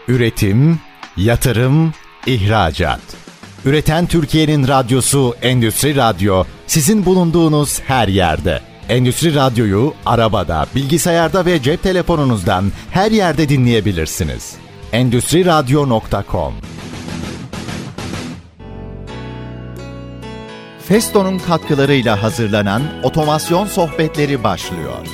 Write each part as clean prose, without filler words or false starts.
Üretim, yatırım, ihracat. Üreten Türkiye'nin radyosu Endüstri Radyo, sizin bulunduğunuz her yerde. Endüstri Radyo'yu arabada, bilgisayarda ve cep telefonunuzdan her yerde dinleyebilirsiniz. Endüstriradyo.com. Festo'nun katkılarıyla hazırlanan Otomasyon Sohbetleri başlıyor.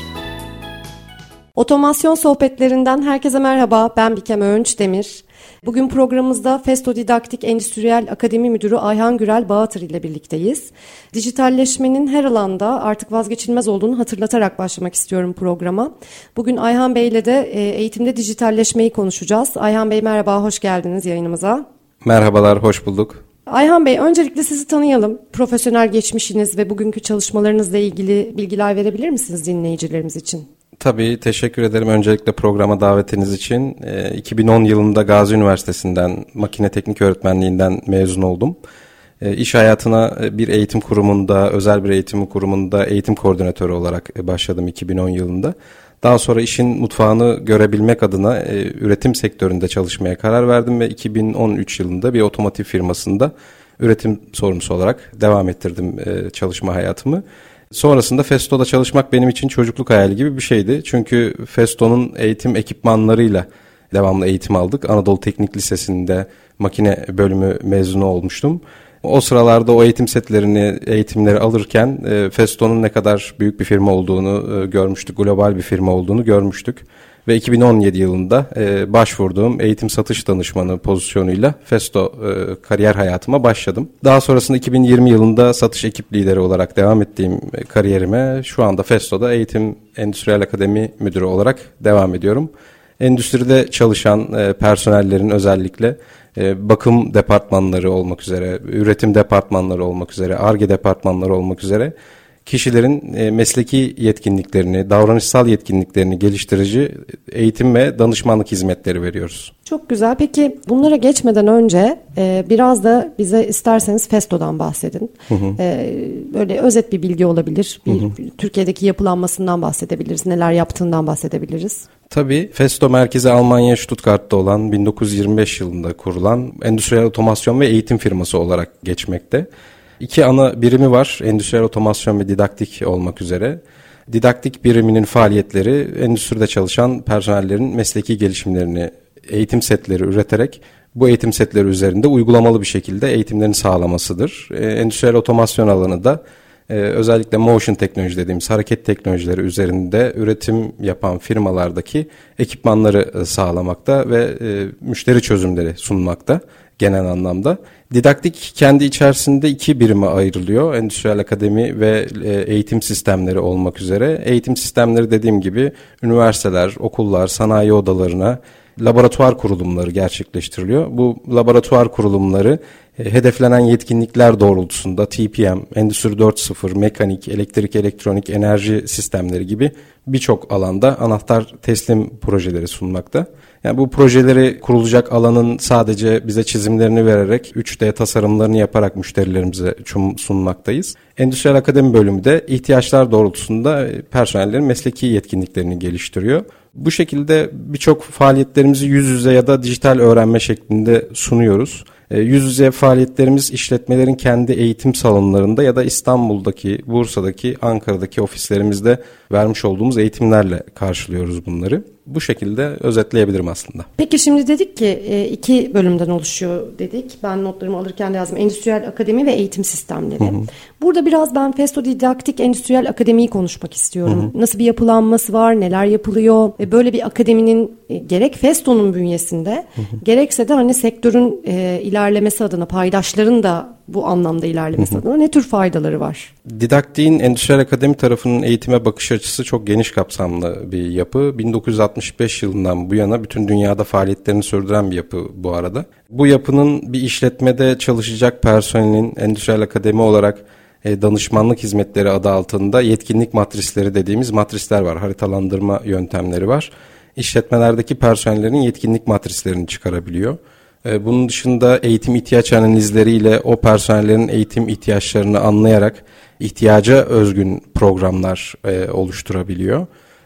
Otomasyon sohbetlerinden herkese merhaba, ben Bikem Öğünç-Demir. Bugün programımızda Festo Didaktik Endüstriyel Akademi Müdürü Ayhan Gürel Bağatır ile birlikteyiz. Dijitalleşmenin her alanda artık vazgeçilmez olduğunu hatırlatarak başlamak istiyorum programa. Bugün Ayhan Bey ile de eğitimde dijitalleşmeyi konuşacağız. Ayhan Bey merhaba, hoş geldiniz yayınımıza. Merhabalar, hoş bulduk. Ayhan Bey, öncelikle sizi tanıyalım. Profesyonel geçmişiniz ve bugünkü çalışmalarınızla ilgili bilgiler verebilir misiniz dinleyicilerimiz için? Tabii, teşekkür ederim öncelikle programa davetiniz için. 2010 yılında Gazi Üniversitesi'nden makine teknik öğretmenliğinden mezun oldum. İş hayatına bir eğitim kurumunda, özel bir eğitim kurumunda eğitim koordinatörü olarak başladım 2010 yılında. Daha sonra işin mutfağını görebilmek adına üretim sektöründe çalışmaya karar verdim ve 2013 yılında bir otomotiv firmasında üretim sorumlusu olarak devam ettirdim çalışma hayatımı. Sonrasında Festo'da çalışmak benim için çocukluk hayali gibi bir şeydi. Çünkü Festo'nun eğitim ekipmanlarıyla devamlı eğitim aldık. Anadolu Teknik Lisesi'nde makine bölümü mezunu olmuştum. O sıralarda o eğitimleri alırken Festo'nun ne kadar büyük bir firma olduğunu görmüştük. Global bir firma olduğunu görmüştük. Ve 2017 yılında başvurduğum eğitim satış danışmanı pozisyonuyla Festo kariyer hayatıma başladım. Daha sonrasında 2020 yılında satış ekip lideri olarak devam ettiğim kariyerime şu anda Festo'da Eğitim Endüstriyel Akademi Müdürü olarak devam ediyorum. Endüstride çalışan personellerin özellikle bakım departmanları olmak üzere, üretim departmanları olmak üzere, Ar-Ge departmanları olmak üzere kişilerin mesleki yetkinliklerini, davranışsal yetkinliklerini geliştirici eğitim ve danışmanlık hizmetleri veriyoruz. Çok güzel. Peki bunlara geçmeden önce biraz da bize isterseniz Festo'dan bahsedin. Böyle özet bir bilgi olabilir. Türkiye'deki yapılanmasından bahsedebiliriz. Neler yaptığından bahsedebiliriz. Tabii Festo merkezi Almanya Stuttgart'ta olan 1925 yılında kurulan endüstriyel otomasyon ve eğitim firması olarak geçmekte. İki ana birimi var, endüstriyel otomasyon ve didaktik olmak üzere. Didaktik biriminin faaliyetleri endüstride çalışan personellerin mesleki gelişimlerini, eğitim setleri üreterek bu eğitim setleri üzerinde uygulamalı bir şekilde eğitimlerini sağlamasıdır. Endüstriyel otomasyon alanı da özellikle motion teknoloji dediğimiz hareket teknolojileri üzerinde üretim yapan firmalardaki ekipmanları sağlamakta ve müşteri çözümleri sunmakta genel anlamda. Didaktik kendi içerisinde iki birime ayrılıyor. Endüstriyel akademi ve eğitim sistemleri olmak üzere. Eğitim sistemleri dediğim gibi üniversiteler, okullar, sanayi odalarına laboratuvar kurulumları gerçekleştiriliyor. Bu laboratuvar kurulumları hedeflenen yetkinlikler doğrultusunda TPM, Endüstri 4.0, mekanik, elektrik, elektronik, enerji sistemleri gibi birçok alanda anahtar teslim projeleri sunmakta. Yani bu projeleri kurulacak alanın sadece bize çizimlerini vererek 3D tasarımlarını yaparak müşterilerimize sunmaktayız. Endüstriyel Akademi bölümü de ihtiyaçlar doğrultusunda personellerin mesleki yetkinliklerini geliştiriyor. Bu şekilde birçok faaliyetlerimizi yüz yüze ya da dijital öğrenme şeklinde sunuyoruz. Yüz yüze faaliyetlerimiz işletmelerin kendi eğitim salonlarında ya da İstanbul'daki, Bursa'daki, Ankara'daki ofislerimizde vermiş olduğumuz eğitimlerle karşılıyoruz bunları. Bu şekilde özetleyebilirim aslında. Peki şimdi dedik ki iki bölümden oluşuyor dedik. Ben notlarımı alırken de yazdım. Endüstriyel Akademi ve Eğitim Sistemleri. Burada biraz ben Festo Didaktik Endüstriyel Akademi'yi konuşmak istiyorum. Nasıl bir yapılanması var, neler yapılıyor? Ve böyle bir akademinin gerek Festo'nun bünyesinde gerekse de hani sektörün ilerlemesi adına, paydaşların da bu anlamda ilerlemesi adına ne tür faydaları var? Didaktiğin Endüstriyel Akademi tarafının eğitime bakış açısı çok geniş kapsamlı bir yapı. 1965 yılından bu yana bütün dünyada faaliyetlerini sürdüren bir yapı bu arada. Bu yapının bir işletmede çalışacak personelin Endüstriyel Akademi olarak danışmanlık hizmetleri adı altında yetkinlik matrisleri dediğimiz matrisler var. Haritalandırma yöntemleri var. İşletmelerdeki personellerin yetkinlik matrislerini çıkarabiliyor. Bunun dışında eğitim ihtiyaç analizleriyle o personellerin eğitim ihtiyaçlarını anlayarak ihtiyaca özgün programlar oluşturabiliyor.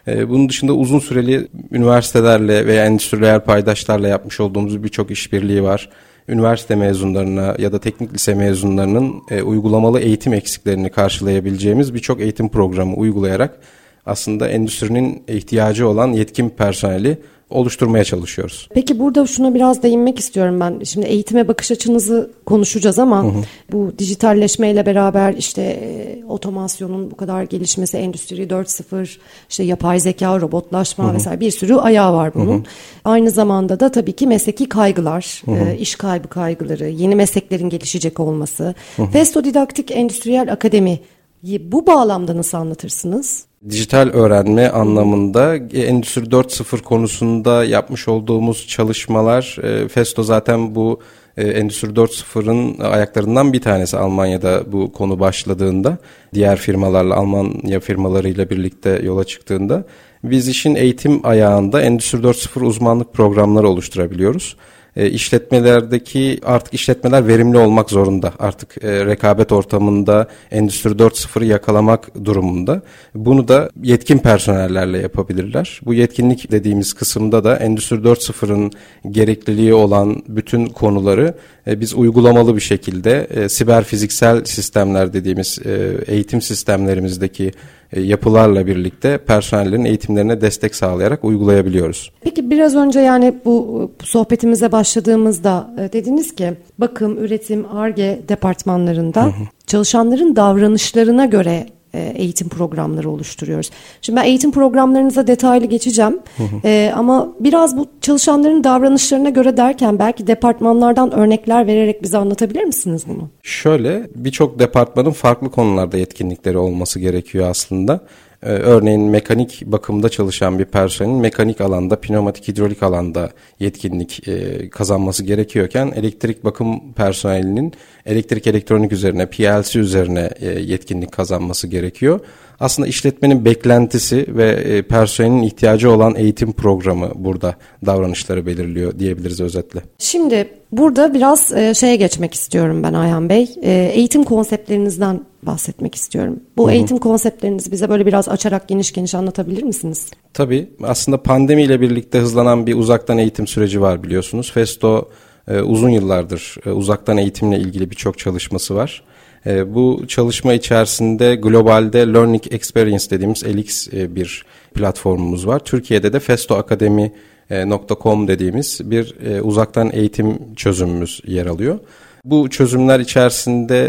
Bunun dışında uzun süreli üniversitelerle veya endüstriyel paydaşlarla yapmış olduğumuz birçok işbirliği var. Üniversite mezunlarına ya da teknik lise mezunlarının uygulamalı eğitim eksiklerini karşılayabileceğimiz birçok eğitim programı uygulayarak aslında endüstrinin ihtiyacı olan yetkin personeli oluşturmaya çalışıyoruz. Peki burada şuna biraz değinmek istiyorum ben. Şimdi eğitime bakış açınızı konuşacağız ama bu dijitalleşmeyle beraber işte otomasyonun bu kadar gelişmesi, Endüstri 4.0, işte yapay zeka, robotlaşma vesaire bir sürü ayağı var bunun. Aynı zamanda da tabii ki mesleki kaygılar, iş kaybı kaygıları, yeni mesleklerin gelişecek olması. Festo Didaktik Endüstriyel Akademi'yi bu bağlamda nasıl anlatırsınız? Dijital öğrenme anlamında Endüstri 4.0 konusunda yapmış olduğumuz çalışmalar, Festo zaten bu Endüstri 4.0'ın ayaklarından bir tanesi Almanya'da bu konu başladığında, diğer firmalarla, Almanya firmalarıyla birlikte yola çıktığında biz işin eğitim ayağında Endüstri 4.0 uzmanlık programları oluşturabiliyoruz. İşletmelerdeki artık işletmeler verimli olmak zorunda. Artık rekabet ortamında Endüstri 4.0'ı yakalamak durumunda. Bunu da yetkin personellerle yapabilirler. Bu yetkinlik dediğimiz kısımda da Endüstri 4.0'ın gerekliliği olan bütün konuları biz uygulamalı bir şekilde siber fiziksel sistemler dediğimiz eğitim sistemlerimizdeki yapılarla birlikte personellerin eğitimlerine destek sağlayarak uygulayabiliyoruz. Peki biraz önce yani bu sohbetimize başladığımızda dediniz ki bakım, üretim, Ar-Ge departmanlarında çalışanların davranışlarına göre eğitim programları oluşturuyoruz. Şimdi ben eğitim programlarınıza detaylı geçeceğim. Ama biraz bu çalışanların davranışlarına göre derken belki departmanlardan örnekler vererek bize anlatabilir misiniz bunu? Şöyle, birçok departmanın farklı konularda yetkinlikleri olması gerekiyor aslında. Örneğin mekanik bakımda çalışan bir personelin mekanik alanda, pneumatik, hidrolik alanda yetkinlik kazanması gerekiyorken elektrik bakım personelinin elektrik elektronik üzerine, PLC üzerine yetkinlik kazanması gerekiyor. Aslında işletmenin beklentisi ve personelin ihtiyacı olan eğitim programı burada davranışları belirliyor diyebiliriz özetle. Şimdi burada biraz şeye geçmek istiyorum ben Ayhan Bey. Eğitim konseptlerinizden bahsetmek istiyorum. Bu eğitim konseptlerinizi bize böyle biraz açarak geniş geniş anlatabilir misiniz? Tabii. Aslında pandemiyle birlikte hızlanan bir uzaktan eğitim süreci var biliyorsunuz. Festo uzun yıllardır uzaktan eğitimle ilgili birçok çalışması var. Bu çalışma içerisinde globalde Learning Experience dediğimiz LX bir platformumuz var. Türkiye'de de festoakademi.com dediğimiz bir uzaktan eğitim çözümümüz yer alıyor. Bu çözümler içerisinde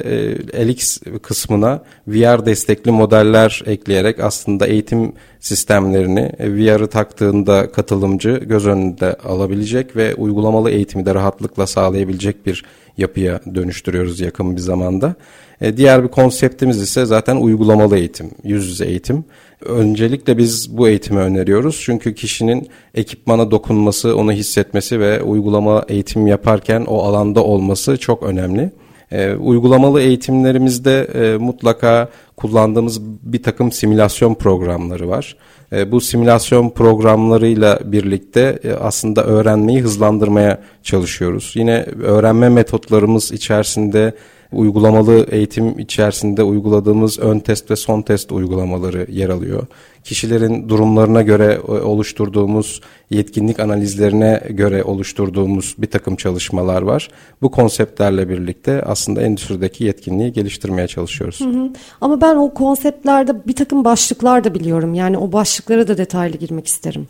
LX kısmına VR destekli modeller ekleyerek aslında eğitim sistemlerini VR'ı taktığında katılımcı göz önünde alabilecek ve uygulamalı eğitimi de rahatlıkla sağlayabilecek bir yapıya dönüştürüyoruz yakın bir zamanda. Diğer bir konseptimiz ise zaten uygulamalı eğitim, yüz yüze eğitim. Öncelikle biz bu eğitimi öneriyoruz. Çünkü kişinin ekipmana dokunması, onu hissetmesi ve uygulama eğitim yaparken o alanda olması çok önemli. Uygulamalı eğitimlerimizde mutlaka kullandığımız bir takım simülasyon programları var. Bu simülasyon programlarıyla birlikte aslında öğrenmeyi hızlandırmaya çalışıyoruz. Yine öğrenme metotlarımız içerisinde uygulamalı eğitim içerisinde uyguladığımız ön test ve son test uygulamaları yer alıyor. Kişilerin durumlarına göre oluşturduğumuz, yetkinlik analizlerine göre oluşturduğumuz bir takım çalışmalar var. Bu konseptlerle birlikte aslında endüstrideki yetkinliği geliştirmeye çalışıyoruz. Ama ben o konseptlerde bir takım başlıklar da biliyorum. Yani o başlıklara da detaylı girmek isterim.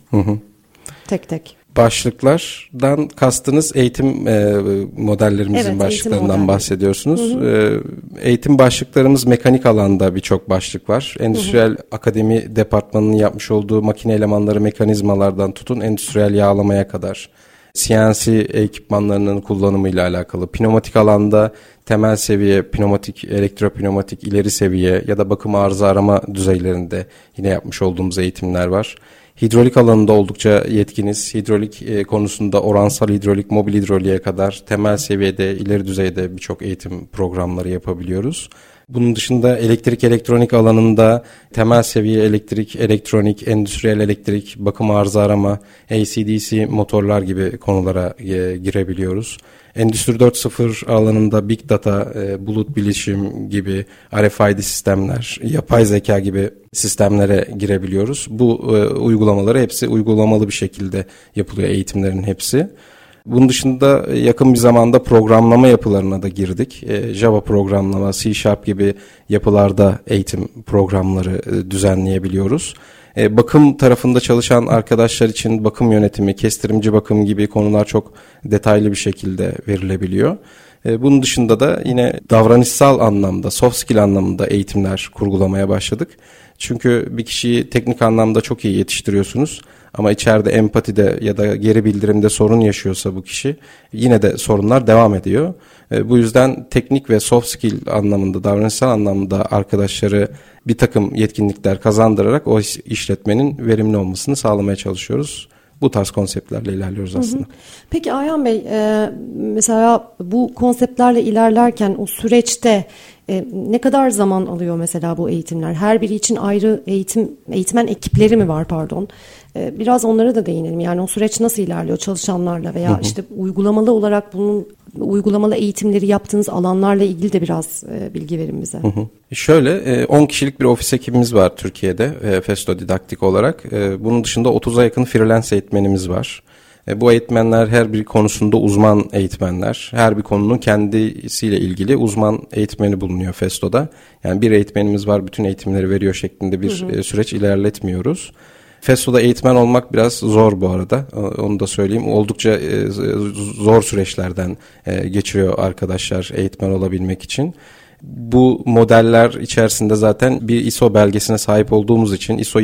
Tek tek. Başlıklardan kastınız eğitim modellerimizin başlıklarından bahsediyorsunuz. Eğitim başlıklarımız mekanik alanda birçok başlık var. Endüstriyel Akademi Departmanı'nın yapmış olduğu makine elemanları mekanizmalardan tutun endüstriyel yağlamaya kadar. CNC ekipmanlarının kullanımıyla alakalı. Pneumatik alanda temel seviye, pneumatik, elektropneumatik, ileri seviye ya da bakım arıza arama düzeylerinde yine yapmış olduğumuz eğitimler var. Hidrolik alanında oldukça yetkiniz. Hidrolik konusunda oransal hidrolik, mobil hidroliğe kadar temel seviyede, ileri düzeyde birçok eğitim programları yapabiliyoruz. Bunun dışında elektrik elektronik alanında temel seviye elektrik, elektronik, endüstriyel elektrik, bakım arıza arama, AC/DC motorlar gibi konulara girebiliyoruz. Endüstri 4.0 alanında Big Data, bulut bilişim gibi RFID sistemler, yapay zeka gibi sistemlere girebiliyoruz. Bu uygulamaları hepsi uygulamalı bir şekilde yapılıyor, eğitimlerin hepsi. Bunun dışında yakın bir zamanda programlama yapılarına da girdik. Java programlama, C# gibi yapılarda eğitim programları düzenleyebiliyoruz. Bakım tarafında çalışan arkadaşlar için bakım yönetimi, kestirimci bakım gibi konular çok detaylı bir şekilde verilebiliyor. Bunun dışında da yine davranışsal anlamda, soft skill anlamında eğitimler kurgulamaya başladık. Çünkü bir kişiyi teknik anlamda çok iyi yetiştiriyorsunuz ama içeride empatide ya da geri bildirimde sorun yaşıyorsa bu kişi, yine de sorunlar devam ediyor. Bu yüzden teknik ve soft skill anlamında, davranışsal anlamda arkadaşları bir takım yetkinlikler kazandırarak o işletmenin verimli olmasını sağlamaya çalışıyoruz. Bu tarz konseptlerle ilerliyoruz aslında. Peki Ayhan Bey, mesela bu konseptlerle ilerlerken o süreçte ne kadar zaman alıyor mesela bu eğitimler? Her biri için ayrı eğitmen ekipleri mi var pardon? Biraz onlara da değinelim. Yani o süreç nasıl ilerliyor çalışanlarla veya işte uygulamalı olarak bunun uygulamalı eğitimleri yaptığınız alanlarla ilgili de biraz bilgi verin bize. Şöyle 10 kişilik bir ofis ekibimiz var Türkiye'de Festo Didaktik olarak. Bunun dışında 30'a yakın freelance eğitmenimiz var. Bu eğitmenler her bir konusunda uzman eğitmenler. Her bir konunun kendisiyle ilgili uzman eğitmeni bulunuyor Festo'da. Yani bir eğitmenimiz var, bütün eğitimleri veriyor şeklinde bir süreç ilerletmiyoruz. Festo'da eğitmen olmak biraz zor bu arada. Onu da söyleyeyim. Oldukça zor süreçlerden geçiriyor arkadaşlar eğitmen olabilmek için. Bu modeller içerisinde zaten bir ISO belgesine sahip olduğumuz için ISO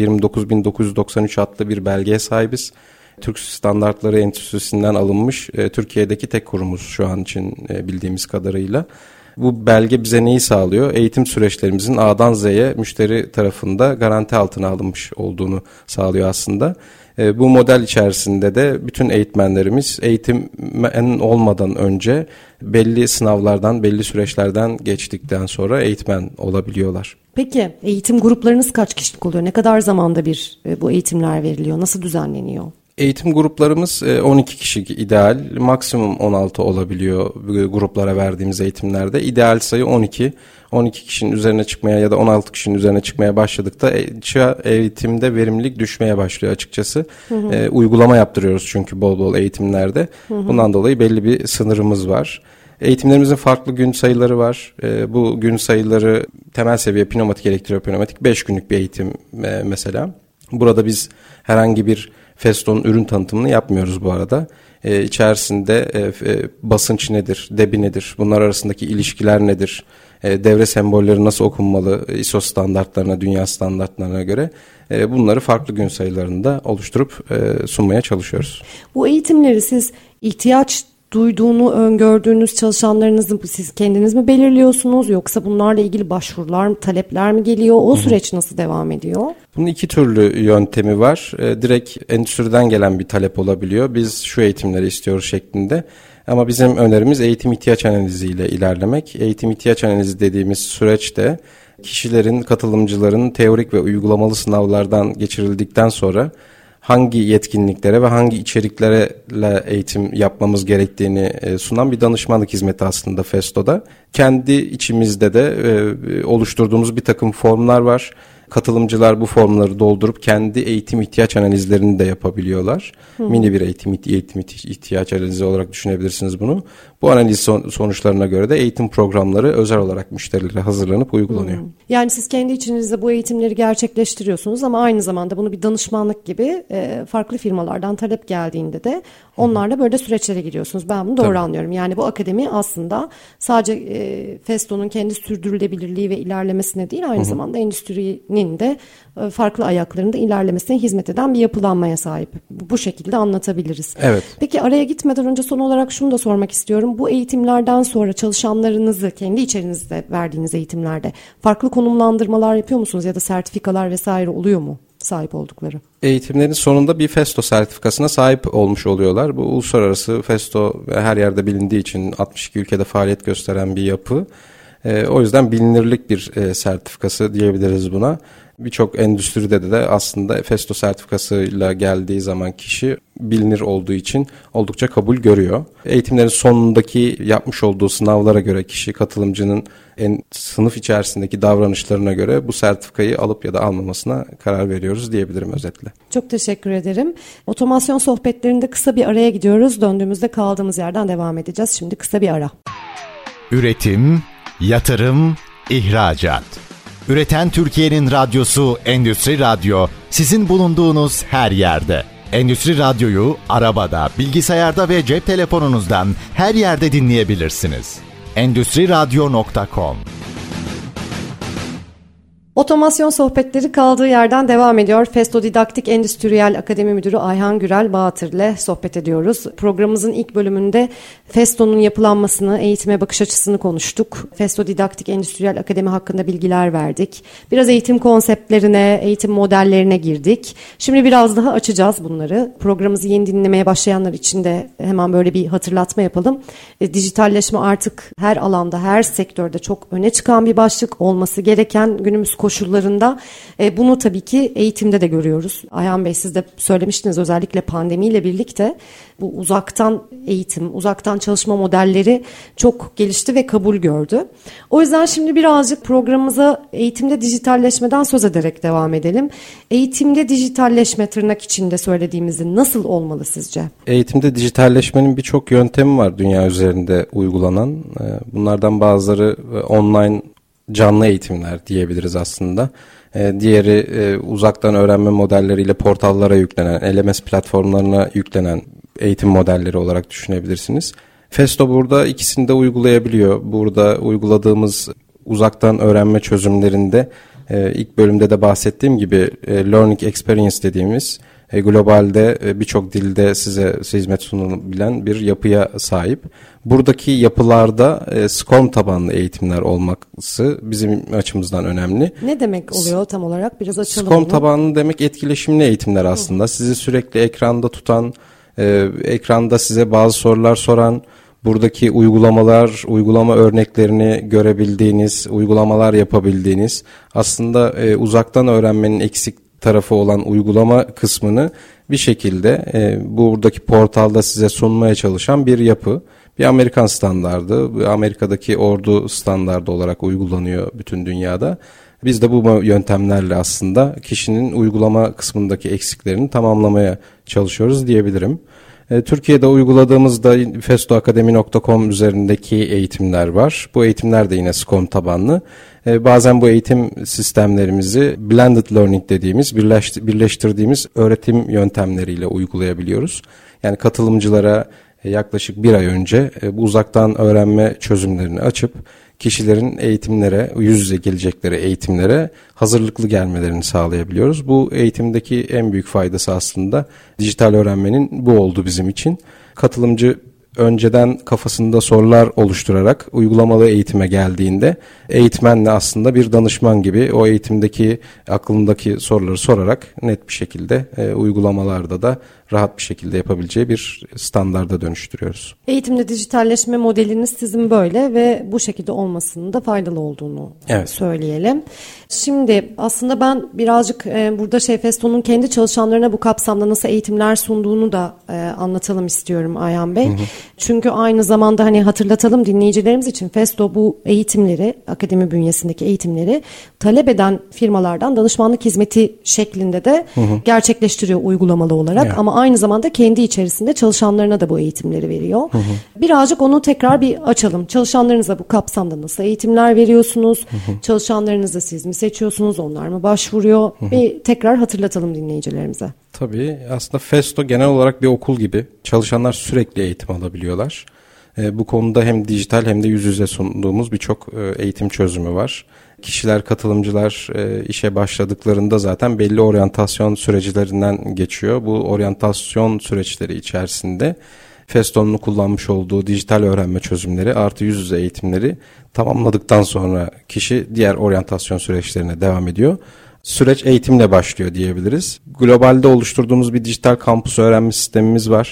29993 adlı bir belgeye sahibiz. Türk Standartları Enstitüsü'nden alınmış Türkiye'deki tek kurumuz şu an için bildiğimiz kadarıyla. Bu belge bize neyi sağlıyor? Eğitim süreçlerimizin A'dan Z'ye müşteri tarafında garanti altına alınmış olduğunu sağlıyor aslında. Bu model içerisinde de bütün eğitmenlerimiz eğitimen olmadan önce belli sınavlardan, belli süreçlerden geçtikten sonra eğitmen olabiliyorlar. Peki eğitim gruplarınız kaç kişilik oluyor? Ne kadar zamanda bir bu eğitimler veriliyor? Nasıl düzenleniyor? Eğitim gruplarımız 12 kişi ideal, maksimum 16 olabiliyor gruplara verdiğimiz eğitimlerde. İdeal sayı 12. 12 kişinin üzerine çıkmaya ya da 16 kişinin üzerine çıkmaya başladıkta eğitimde verimlilik düşmeye başlıyor açıkçası. Uygulama yaptırıyoruz çünkü bol bol eğitimlerde. Bundan dolayı belli bir sınırımız var. Eğitimlerimizin farklı gün sayıları var. Bu gün sayıları temel seviye pneumatik, elektropneumatik 5 günlük bir eğitim mesela. Burada biz herhangi bir Festo'nun ürün tanıtımını yapmıyoruz bu arada. İçerisinde basınç nedir, debi nedir, bunlar arasındaki ilişkiler nedir, devre sembolleri nasıl okunmalı, ISO standartlarına, dünya standartlarına göre bunları farklı gün sayılarında oluşturup sunmaya çalışıyoruz. Bu eğitimleri siz ihtiyaç duyduğunu öngördüğünüz çalışanlarınızı siz kendiniz mi belirliyorsunuz yoksa bunlarla ilgili başvurular, talepler mi geliyor? O süreç nasıl devam ediyor? Bunun iki türlü yöntemi var. Direkt endüstriden gelen bir talep olabiliyor. Biz şu eğitimleri istiyoruz şeklinde. Ama bizim önerimiz eğitim ihtiyaç analiziyle ilerlemek. Eğitim ihtiyaç analizi dediğimiz süreçte kişilerin, katılımcıların teorik ve uygulamalı sınavlardan geçirildikten sonra hangi yetkinliklere ve hangi içeriklerle eğitim yapmamız gerektiğini sunan bir danışmanlık hizmeti aslında Festo'da. Kendi içimizde de oluşturduğumuz bir takım formlar var. Katılımcılar bu formları doldurup kendi eğitim ihtiyaç analizlerini de yapabiliyorlar. Mini bir eğitim ihtiyaç analizi olarak düşünebilirsiniz bunu. Bu analiz sonuçlarına göre de eğitim programları özel olarak müşterilere hazırlanıp uygulanıyor. Yani siz kendi içinizde bu eğitimleri gerçekleştiriyorsunuz ama aynı zamanda bunu bir danışmanlık gibi farklı firmalardan talep geldiğinde de onlarla böyle süreçlere giriyorsunuz. Ben bunu doğru anlıyorum. Yani bu akademi aslında sadece Festo'nun kendi sürdürülebilirliği ve ilerlemesine değil, aynı zamanda endüstrinin de farklı ayaklarında ilerlemesine hizmet eden bir yapılanmaya sahip. Bu şekilde anlatabiliriz. Evet. Peki araya gitmeden önce son olarak şunu da sormak istiyorum. Bu eğitimlerden sonra çalışanlarınızı kendi içerinizde verdiğiniz eğitimlerde farklı konumlandırmalar yapıyor musunuz ya da sertifikalar vesaire oluyor mu sahip oldukları? Eğitimlerin sonunda bir Festo sertifikasına sahip olmuş oluyorlar. Bu uluslararası Festo her yerde bilindiği için 62 ülkede faaliyet gösteren bir yapı. O yüzden bilinirlik bir sertifikası diyebiliriz buna. Birçok endüstride de aslında Festo sertifikasıyla geldiği zaman kişi bilinir olduğu için oldukça kabul görüyor. Eğitimlerin sonundaki yapmış olduğu sınavlara göre kişi katılımcının sınıf içerisindeki davranışlarına göre bu sertifikayı alıp ya da almamasına karar veriyoruz diyebilirim özetle. Çok teşekkür ederim. Otomasyon sohbetlerinde kısa bir araya gidiyoruz. Döndüğümüzde kaldığımız yerden devam edeceğiz. Şimdi kısa bir ara. Üretim, yatırım, ihracat. Üreten Türkiye'nin radyosu Endüstri Radyo, sizin bulunduğunuz her yerde. Endüstri Radyo'yu arabada, bilgisayarda ve cep telefonunuzdan her yerde dinleyebilirsiniz. Endüstriradyo.com. Otomasyon sohbetleri kaldığı yerden devam ediyor. Festo Didaktik Endüstriyel Akademi Müdürü Ayhan Gürel Bağatır ile sohbet ediyoruz. Programımızın ilk bölümünde Festo'nun yapılanmasını, eğitime bakış açısını konuştuk. Festo Didaktik Endüstriyel Akademi hakkında bilgiler verdik. Biraz eğitim konseptlerine, eğitim modellerine girdik. Şimdi biraz daha açacağız bunları. Programımızı yeni dinlemeye başlayanlar için de hemen böyle bir hatırlatma yapalım. Dijitalleşme artık her alanda, her sektörde çok öne çıkan bir başlık, olması gereken günümüz koşullarında. Bunu tabii ki eğitimde de görüyoruz. Ayhan Bey, siz de söylemiştiniz, özellikle pandemiyle birlikte bu uzaktan eğitim, uzaktan çalışma modelleri çok gelişti ve kabul gördü. O yüzden şimdi birazcık programımıza eğitimde dijitalleşmeden söz ederek devam edelim. Eğitimde dijitalleşme, tırnak içinde söylediğimizde, nasıl olmalı sizce? Eğitimde dijitalleşmenin birçok yöntemi var dünya üzerinde uygulanan. Bunlardan bazıları online canlı eğitimler diyebiliriz aslında. Diğeri uzaktan öğrenme modelleriyle portallara yüklenen, LMS platformlarına yüklenen eğitim modelleri olarak düşünebilirsiniz. Festo burada ikisini de uygulayabiliyor. Burada uyguladığımız uzaktan öğrenme çözümlerinde ilk bölümde de bahsettiğim gibi Learning Experience dediğimiz globalde birçok dilde size hizmet sunabilen bir yapıya sahip. Buradaki yapılarda SCORM tabanlı eğitimler olması bizim açımızdan önemli. Ne demek oluyor tam olarak? Biraz açalım. SCORM tabanlı demek etkileşimli eğitimler aslında. Sizi sürekli ekranda tutan, ekranda size bazı sorular soran, buradaki uygulamalar, uygulama örneklerini görebildiğiniz, uygulamalar yapabildiğiniz, aslında uzaktan öğrenmenin eksik tarafı olan uygulama kısmını bir şekilde buradaki portalda size sunmaya çalışan bir yapı. Bir Amerikan standardı, Amerika'daki ordu standardı olarak uygulanıyor bütün dünyada. Biz de bu yöntemlerle aslında kişinin uygulama kısmındaki eksiklerini tamamlamaya çalışıyoruz diyebilirim. Türkiye'de uyguladığımızda festoakademi.com üzerindeki eğitimler var. Bu eğitimler de yine SCORM tabanlı. Bazen bu eğitim sistemlerimizi blended learning dediğimiz, birleştirdiğimiz öğretim yöntemleriyle uygulayabiliyoruz. Yani katılımcılara yaklaşık bir ay önce bu uzaktan öğrenme çözümlerini açıp kişilerin eğitimlere, yüz yüze gelecekleri eğitimlere hazırlıklı gelmelerini sağlayabiliyoruz. Bu eğitimdeki en büyük faydası aslında dijital öğrenmenin bu oldu bizim için. Katılımcı önceden kafasında sorular oluşturarak uygulamalı eğitime geldiğinde eğitmenle aslında bir danışman gibi o eğitimdeki aklındaki soruları sorarak net bir şekilde uygulamalarda da rahat bir şekilde yapabileceği bir standarda dönüştürüyoruz. Eğitimde dijitalleşme modeliniz sizin böyle ve bu şekilde olmasının da faydalı olduğunu söyleyelim. Şimdi aslında ben birazcık burada Festo'nun kendi çalışanlarına bu kapsamda nasıl eğitimler sunduğunu da anlatalım istiyorum Ayhan Bey. Hı hı. Çünkü aynı zamanda hani hatırlatalım dinleyicilerimiz için, Festo bu eğitimleri, akademi bünyesindeki eğitimleri talep eden firmalardan danışmanlık hizmeti şeklinde de gerçekleştiriyor uygulamalı olarak. Evet. Ama aynı zamanda kendi içerisinde çalışanlarına da bu eğitimleri veriyor. Hı hı. Birazcık onu tekrar bir açalım. Çalışanlarınıza bu kapsamda nasıl eğitimler veriyorsunuz? Hı hı. Çalışanlarınızı siz mi seçiyorsunuz? Onlar mı başvuruyor? Hı hı. Bir tekrar hatırlatalım dinleyicilerimize. Tabii aslında Festo genel olarak bir okul gibi. Çalışanlar sürekli eğitim alabiliyorlar. Bu konuda hem dijital hem de yüz yüze sunduğumuz birçok eğitim çözümü var. Kişiler, katılımcılar işe başladıklarında zaten belli oryantasyon süreçlerinden geçiyor. Bu oryantasyon süreçleri içerisinde Festo'nun kullanmış olduğu dijital öğrenme çözümleri artı yüz yüze eğitimleri tamamladıktan sonra kişi diğer oryantasyon süreçlerine devam ediyor. Süreç eğitimle başlıyor diyebiliriz. Globalde oluşturduğumuz bir dijital kampüs öğrenme sistemimiz var.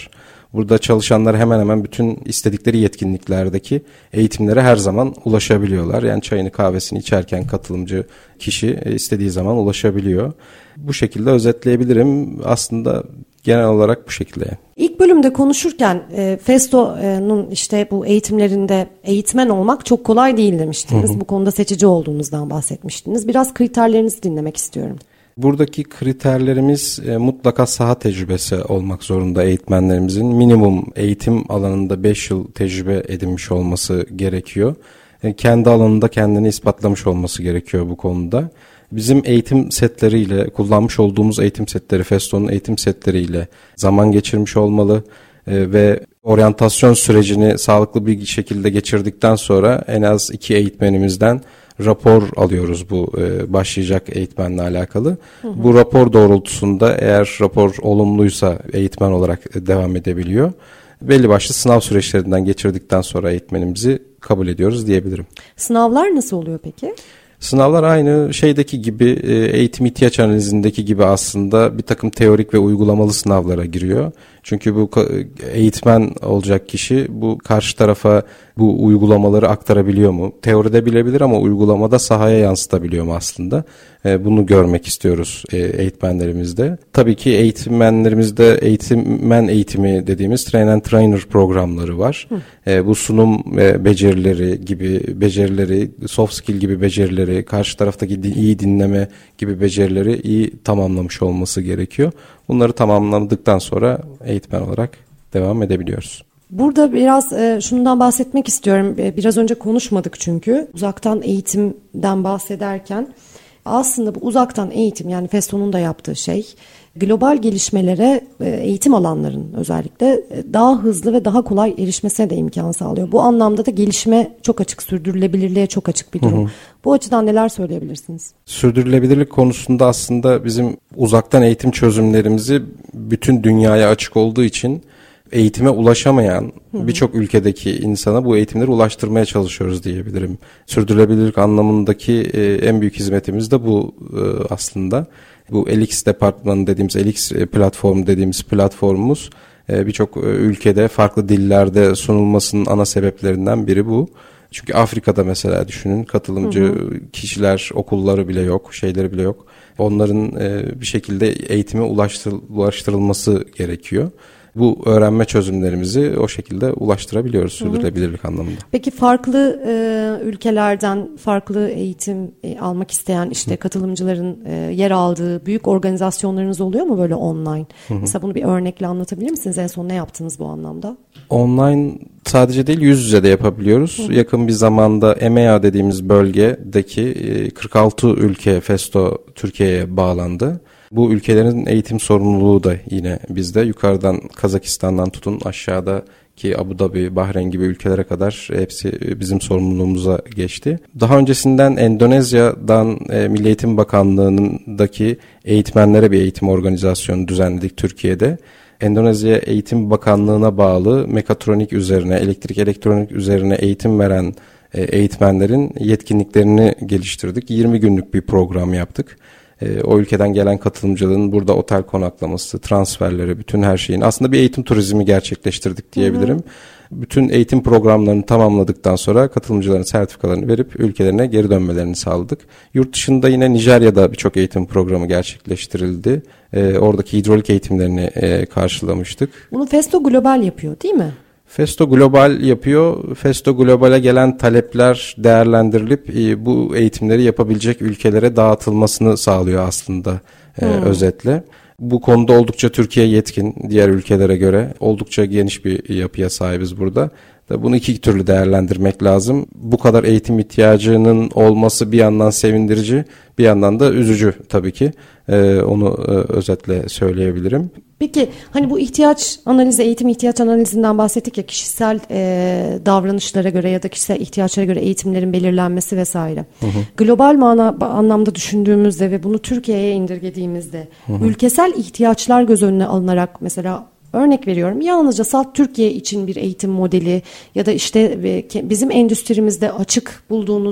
Burada çalışanlar hemen hemen bütün istedikleri yetkinliklerdeki eğitimlere her zaman ulaşabiliyorlar. Yani çayını kahvesini içerken katılımcı kişi istediği zaman ulaşabiliyor. Bu şekilde özetleyebilirim. Aslında genel olarak bu şekilde. İlk bölümde konuşurken Festo'nun işte bu eğitimlerinde eğitmen olmak çok kolay değil demiştiniz. Bu konuda seçici olduğunuzdan bahsetmiştiniz. Biraz kriterlerinizi dinlemek istiyorum. Buradaki kriterlerimiz mutlaka saha tecrübesi olmak zorunda eğitmenlerimizin. Minimum eğitim alanında 5 yıl tecrübe edinmiş olması gerekiyor. Kendi alanında kendini ispatlamış olması gerekiyor bu konuda. Bizim eğitim setleriyle, kullanmış olduğumuz eğitim setleri, Festo'nun eğitim setleriyle zaman geçirmiş olmalı ve oryantasyon sürecini sağlıklı bir şekilde geçirdikten sonra en az 2 eğitmenimizden rapor alıyoruz bu başlayacak eğitmenle alakalı. Bu rapor doğrultusunda eğer rapor olumluysa eğitmen olarak devam edebiliyor. Belli başlı sınav süreçlerinden geçirdikten sonra eğitmenimizi kabul ediyoruz diyebilirim. Sınavlar nasıl oluyor peki? Sınavlar aynı şeydeki gibi, eğitim ihtiyaç analizindeki gibi aslında bir takım teorik ve uygulamalı sınavlara giriyor. Çünkü bu eğitmen olacak kişi bu karşı tarafa bu uygulamaları aktarabiliyor mu? Teoride bilebilir ama uygulamada sahaya yansıtabiliyor mu aslında? Bunu görmek istiyoruz eğitmenlerimizde. Tabii ki eğitmenlerimizde eğitmen eğitimi dediğimiz train and trainer programları var. Bu sunum becerileri gibi becerileri, soft skill gibi becerileri, karşı taraftaki iyi dinleme gibi becerileri iyi tamamlamış olması gerekiyor. Bunları tamamladıktan sonra eğitmen olarak devam edebiliyoruz. Burada biraz şundan bahsetmek istiyorum. Biraz önce konuşmadık çünkü. Uzaktan eğitimden bahsederken aslında bu uzaktan eğitim, yani Festo'nun da yaptığı şey, global gelişmelere eğitim alanlarının özellikle daha hızlı ve daha kolay erişmesine de imkan sağlıyor. Bu anlamda da gelişme çok açık, sürdürülebilirliğe çok açık bir durum. Bu açıdan neler söyleyebilirsiniz? Sürdürülebilirlik konusunda aslında bizim uzaktan eğitim çözümlerimizi bütün dünyaya açık olduğu için eğitime ulaşamayan birçok ülkedeki insana bu eğitimleri ulaştırmaya çalışıyoruz diyebilirim. Sürdürülebilirlik anlamındaki en büyük hizmetimiz de bu aslında. Bu LX departmanı dediğimiz, LX platform dediğimiz platformumuz birçok ülkede farklı dillerde sunulmasının ana sebeplerinden biri bu. Çünkü Afrika'da mesela düşünün, katılımcı kişiler, okulları bile yok, şeyleri bile yok. Onların bir şekilde eğitime ulaştırılması gerekiyor. Bu öğrenme çözümlerimizi o şekilde ulaştırabiliyoruz sürdürülebilirlik anlamında. Peki farklı ülkelerden farklı eğitim almak isteyen işte katılımcıların yer aldığı büyük organizasyonlarınız oluyor mu böyle online? Mesela bunu bir örnekle anlatabilir misiniz? En son ne yaptınız bu anlamda? Online sadece değil, yüz yüze de yapabiliyoruz. Yakın bir zamanda EMEA dediğimiz bölgedeki 46 ülke Festo Türkiye'ye bağlandı. Bu ülkelerin eğitim sorumluluğu da yine bizde. Yukarıdan Kazakistan'dan tutun aşağıdaki Abu Dhabi, Bahreyn gibi ülkelere kadar hepsi bizim sorumluluğumuza geçti. Daha öncesinden Endonezya'dan Milli Eğitim Bakanlığı'ndaki eğitmenlere bir eğitim organizasyonu düzenledik Türkiye'de. Endonezya Eğitim Bakanlığı'na bağlı mekatronik üzerine, elektrik elektronik üzerine eğitim veren eğitmenlerin yetkinliklerini geliştirdik. 20 günlük bir program yaptık. O ülkeden gelen katılımcıların burada otel konaklaması, transferleri, bütün her şeyin aslında bir eğitim turizmi gerçekleştirdik diyebilirim. Bütün eğitim programlarını tamamladıktan sonra katılımcıların sertifikalarını verip ülkelerine geri dönmelerini sağladık. Yurt dışında yine Nijerya'da birçok eğitim programı gerçekleştirildi. Oradaki hidrolik eğitimlerini karşılamıştık. Bunu Festo Global yapıyor değil mi? Festo Global yapıyor. Festo Global'e gelen talepler değerlendirilip bu eğitimleri yapabilecek ülkelere dağıtılmasını sağlıyor aslında özetle. Bu konuda oldukça Türkiye yetkin, diğer ülkelere göre oldukça geniş bir yapıya sahibiz burada. Bunu iki türlü değerlendirmek lazım. Bu kadar eğitim ihtiyacının olması bir yandan sevindirici, bir yandan da üzücü tabii ki. Onu özetle söyleyebilirim. Peki hani bu ihtiyaç analizi, eğitim ihtiyaç analizinden bahsettik ya, kişisel davranışlara göre ya da kişisel ihtiyaçlara göre eğitimlerin belirlenmesi vesaire. Global anlamda düşündüğümüzde ve bunu Türkiye'ye indirgediğimizde ülkesel ihtiyaçlar göz önüne alınarak, mesela örnek veriyorum, yalnızca salt Türkiye için bir eğitim modeli ya da işte bizim endüstrimizde açık bulduğunuz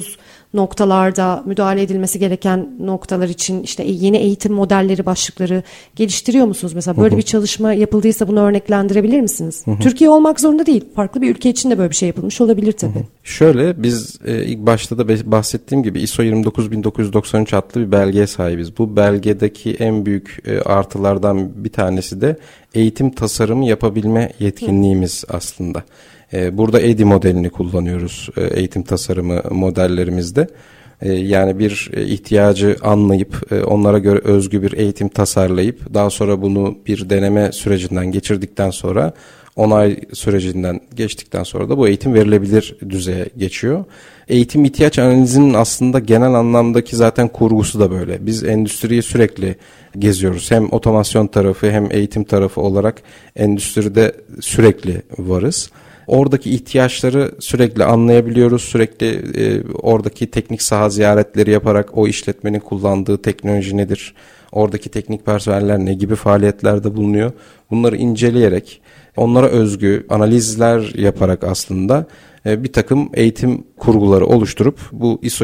noktalarda müdahale edilmesi gereken noktalar için işte yeni eğitim modelleri başlıkları geliştiriyor musunuz? Mesela böyle bir çalışma yapıldıysa bunu örneklendirebilir misiniz? Türkiye olmak zorunda değil. Farklı bir ülke için de böyle bir şey yapılmış olabilir tabii. Şöyle biz ilk başta da bahsettiğim gibi ISO 29993 adlı bir belgeye sahibiz. Bu belgedeki en büyük artılardan bir tanesi de eğitim tasarımı yapabilme yetkinliğimiz aslında. Burada EDI modelini kullanıyoruz eğitim tasarımı modellerimizde. Yani bir ihtiyacı anlayıp onlara göre özgü bir eğitim tasarlayıp daha sonra bunu bir deneme sürecinden geçirdikten sonra onay sürecinden geçtikten sonra da bu eğitim verilebilir düzeye geçiyor. Eğitim ihtiyaç analizinin aslında genel anlamdaki zaten kurgusu da böyle. Biz endüstriyi sürekli geziyoruz. Hem otomasyon tarafı hem eğitim tarafı olarak endüstride sürekli varız. Oradaki ihtiyaçları sürekli anlayabiliyoruz. Sürekli oradaki teknik saha ziyaretleri yaparak o işletmenin kullandığı teknoloji nedir? Oradaki teknik personeller ne gibi faaliyetlerde bulunuyor? Bunları inceleyerek, onlara özgü analizler yaparak aslında bir takım eğitim kurguları oluşturup bu ISO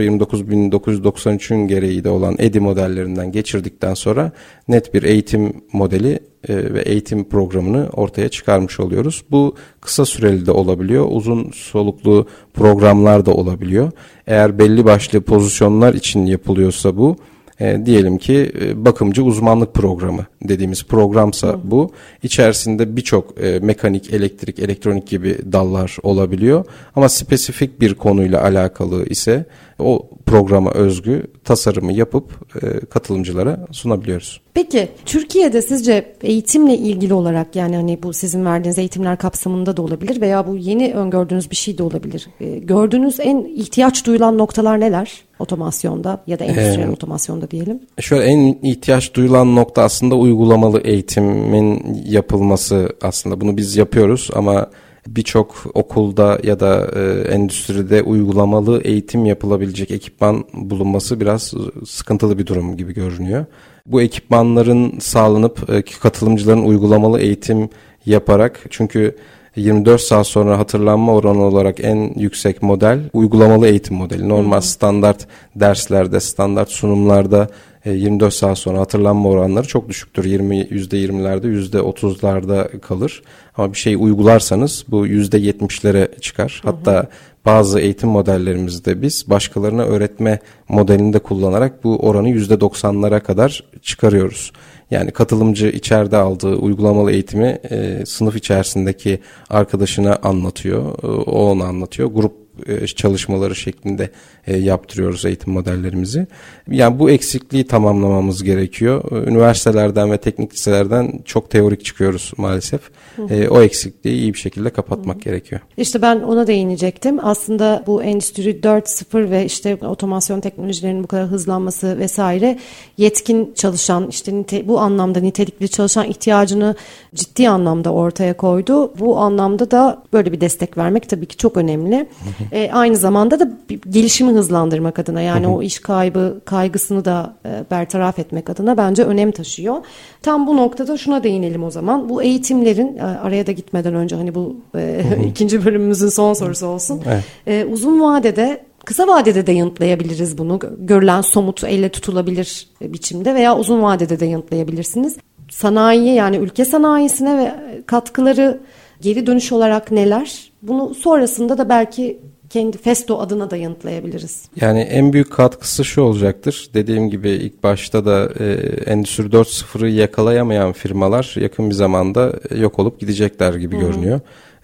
29993'ün gereği de olan EDI modellerinden geçirdikten sonra net bir eğitim modeli ve eğitim programını ortaya çıkarmış oluyoruz. Bu kısa süreli de olabiliyor, uzun soluklu programlar da olabiliyor. Eğer belli başlı pozisyonlar için yapılıyorsa bu, diyelim ki bakımcı uzmanlık programı dediğimiz programsa bu. İçerisinde birçok mekanik, elektrik, elektronik gibi dallar olabiliyor. Ama spesifik bir konuyla alakalı ise o programa özgü tasarımı yapıp katılımcılara sunabiliyoruz. Peki Türkiye'de sizce eğitimle ilgili olarak, yani hani bu sizin verdiğiniz eğitimler kapsamında da olabilir veya bu yeni öngördüğünüz bir şey de olabilir. Gördüğünüz en ihtiyaç duyulan noktalar neler? Otomasyonda ya da endüstriyel otomasyonda diyelim. Şöyle en ihtiyaç duyulan nokta aslında uygulamalı eğitimin yapılması aslında. Bunu biz yapıyoruz ama birçok okulda ya da endüstride uygulamalı eğitim yapılabilecek ekipman bulunması biraz sıkıntılı bir durum gibi görünüyor. Bu ekipmanların sağlanıp katılımcıların uygulamalı eğitim yaparak, çünkü 24 saat sonra hatırlanma oranı olarak en yüksek model uygulamalı eğitim modeli. Normal standart derslerde, standart sunumlarda 24 saat sonra hatırlanma oranları çok düşüktür. %20'lerde, %30'larda kalır. Ama bir şeyi uygularsanız bu %70'lere çıkar. Hatta bazı eğitim modellerimizde biz başkalarına öğretme modelinde kullanarak bu oranı %90'lara kadar çıkarıyoruz. Yani katılımcı içeride aldığı uygulamalı eğitimi sınıf içerisindeki arkadaşına anlatıyor. O ona anlatıyor. Grup çalışmaları şeklinde yaptırıyoruz eğitim modellerimizi. Yani bu eksikliği tamamlamamız gerekiyor. Üniversitelerden ve teknik liselerden çok teorik çıkıyoruz maalesef. O eksikliği iyi bir şekilde kapatmak gerekiyor. İşte ben ona değinecektim. Aslında bu Endüstri 4.0 ve işte otomasyon teknolojilerinin bu kadar hızlanması vesaire yetkin çalışan, işte bu anlamda nitelikli çalışan ihtiyacını ciddi anlamda ortaya koydu. Bu anlamda da böyle bir destek vermek tabii ki çok önemli. Aynı zamanda da gelişimi hızlandırmak adına, yani o iş kaygısını da bertaraf etmek adına bence önem taşıyor. Tam bu noktada şuna değinelim o zaman. Bu eğitimlerin, araya da gitmeden önce hani bu ikinci bölümümüzün son sorusu olsun. Evet. Uzun vadede, kısa vadede de yanıtlayabiliriz bunu. Görülen somut, elle tutulabilir biçimde veya uzun vadede de yanıtlayabilirsiniz. Sanayiye, yani ülke sanayisine ve katkıları, geri dönüş olarak neler? Bunu sonrasında da belki kendi Festo adına da yanıtlayabiliriz. Yani en büyük katkısı şu olacaktır. Dediğim gibi ilk başta da Endüstri 4.0'ı yakalayamayan firmalar yakın bir zamanda yok olup gidecekler gibi görünüyor.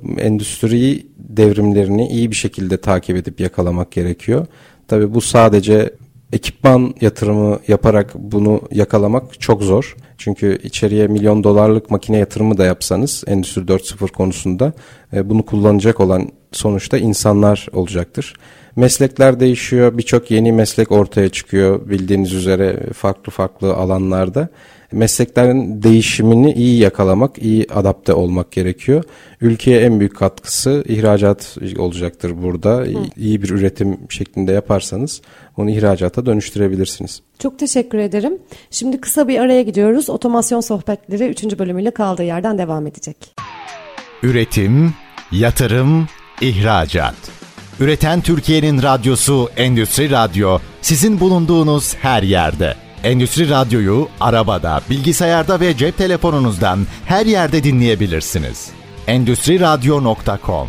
Endüstri devrimlerini iyi bir şekilde takip edip yakalamak gerekiyor. Tabii bu sadece ekipman yatırımı yaparak bunu yakalamak çok zor. Çünkü içeriye $1.000.000 dolarlık makine yatırımı da yapsanız Endüstri 4.0 konusunda bunu kullanacak olan sonuçta insanlar olacaktır. Meslekler değişiyor, birçok yeni meslek ortaya çıkıyor bildiğiniz üzere farklı alanlarda. Mesleklerin değişimini iyi yakalamak, iyi adapte olmak gerekiyor. Ülkeye en büyük katkısı ihracat olacaktır burada. İyi bir üretim şeklinde yaparsanız onu ihracata dönüştürebilirsiniz. Çok teşekkür ederim. Şimdi kısa bir araya gidiyoruz. Otomasyon sohbetleri 3. bölümüyle kaldığı yerden devam edecek. Üretim, yatırım, ihracat. Üreten Türkiye'nin radyosu Endüstri Radyo, sizin bulunduğunuz her yerde. Endüstri Radyo'yu arabada, bilgisayarda ve cep telefonunuzdan her yerde dinleyebilirsiniz. Endüstriradyo.com.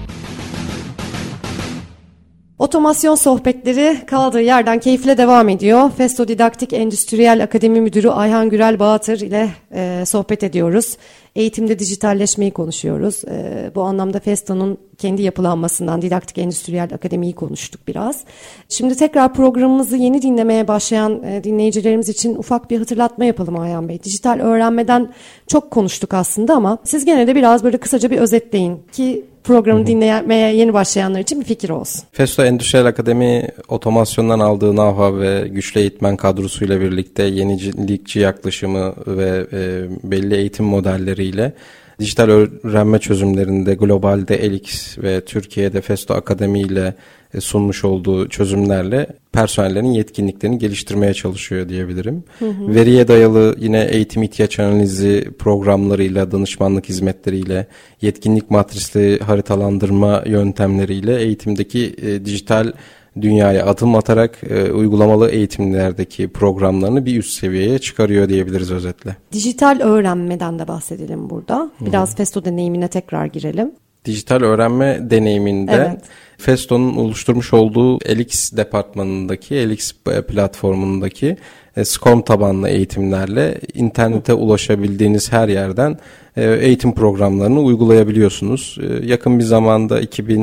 Otomasyon sohbetleri kaldığı yerden keyifle devam ediyor. Festo Didaktik Endüstriyel Akademi Müdürü Ayhan Gürel Bağatır ile sohbet ediyoruz. Eğitimde dijitalleşmeyi konuşuyoruz. Bu anlamda Festo'nun kendi yapılanmasından Didaktik Endüstriyel Akademi'yi konuştuk biraz. Şimdi tekrar programımızı yeni dinlemeye başlayan dinleyicilerimiz için ufak bir hatırlatma yapalım Ayhan Bey. Dijital öğrenmeden çok konuştuk aslında ama siz gene de biraz böyle kısaca bir özetleyin ki programı dinlemeye yeni başlayanlar için bir fikir olsun. Festo Endüstriyel Akademi otomasyondan aldığı know-how ve güçlü eğitmen kadrosuyla birlikte yenilikçi yaklaşımı ve belli eğitim modelleriyle dijital öğrenme çözümlerinde globalde ELIX ve Türkiye'de Festo Akademi ile sunmuş olduğu çözümlerle personellerin yetkinliklerini geliştirmeye çalışıyor diyebilirim. Veriye dayalı yine eğitim ihtiyaç analizi programlarıyla, danışmanlık hizmetleriyle, yetkinlik matrisli haritalandırma yöntemleriyle eğitimdeki dijital dünyaya adım atarak uygulamalı eğitimlerdeki programlarını bir üst seviyeye çıkarıyor diyebiliriz özetle. Dijital öğrenmeden de bahsedelim burada. Biraz Festo deneyimine tekrar girelim. Dijital öğrenme deneyiminde evet. Festo'nun oluşturmuş olduğu ELIX departmanındaki, ELIX platformundaki SCORM tabanlı eğitimlerle internete ulaşabildiğiniz her yerden eğitim programlarını uygulayabiliyorsunuz. Yakın bir zamanda